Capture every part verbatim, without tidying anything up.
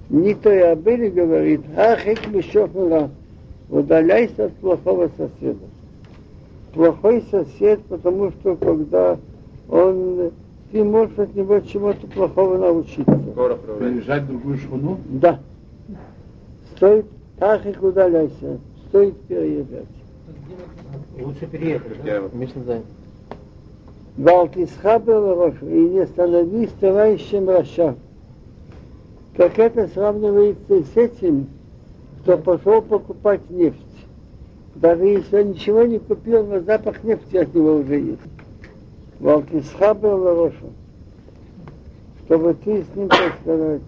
Никто и Абели говорит, ах, их мешохнура, удаляйся от плохого соседа. Плохой сосед, потому что когда он, ты можешь от него чему-то плохого научиться. Переезжать в другую шхуну? Да. Стоит, ах, их удаляйся, стоит переезжать. Лучше переехать, да? Конечно, да. Валтисхабел Рошу, и не становись товарищем Раша. Как это сравнивается с этим, кто пошел покупать нефть. Даже если он ничего не купил, но запах нефти от него уже есть. Валтисхабел Рошу, чтобы ты с ним, так сказать,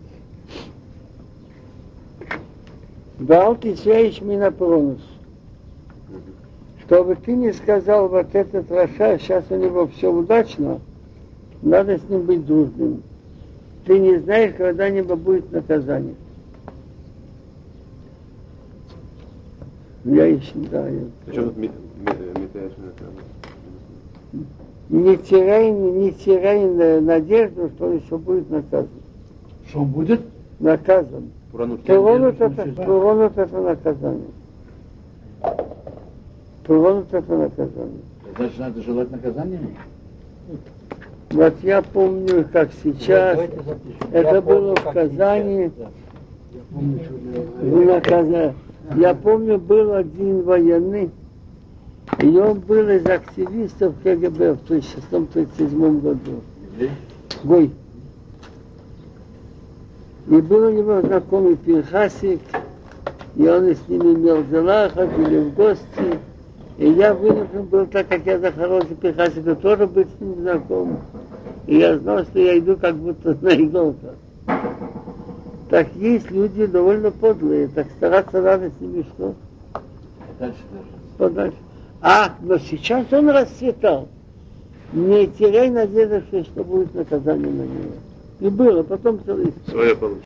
Валтисяиш Минапронус. Чтобы ты не сказал, вот этот Раша, сейчас у него все удачно, надо с ним быть дружным. Ты не знаешь, когда-нибудь будет наказание. Я еще не знаю. Что тут метаешь? Не теряй, не теряй надежду, что он еще будет наказан. Что он будет? Наказан. Тронут это, тронут это наказание. Тронут это наказание. Значит, надо желать наказания? Вот я помню, как сейчас, это было в Казани, в наказании. Я помню, был один военный, и он был из активистов КГБ в тысяча шестьсот тридцать седьмом году. Гой. И был у него знакомый Пинхасик, и он с ними имел дела, ходили в гости. И я вынужден был, так как я захотел Пинхасика, тоже быть с ним знаком. И я знал, что я иду как будто на иголках. Так есть люди довольно подлые, так стараться надо с ними что? Дальше, Подальше. А, но сейчас он расцветал. Не теряй надежды, что будет наказание на него. И было, потом целый... Свое получится.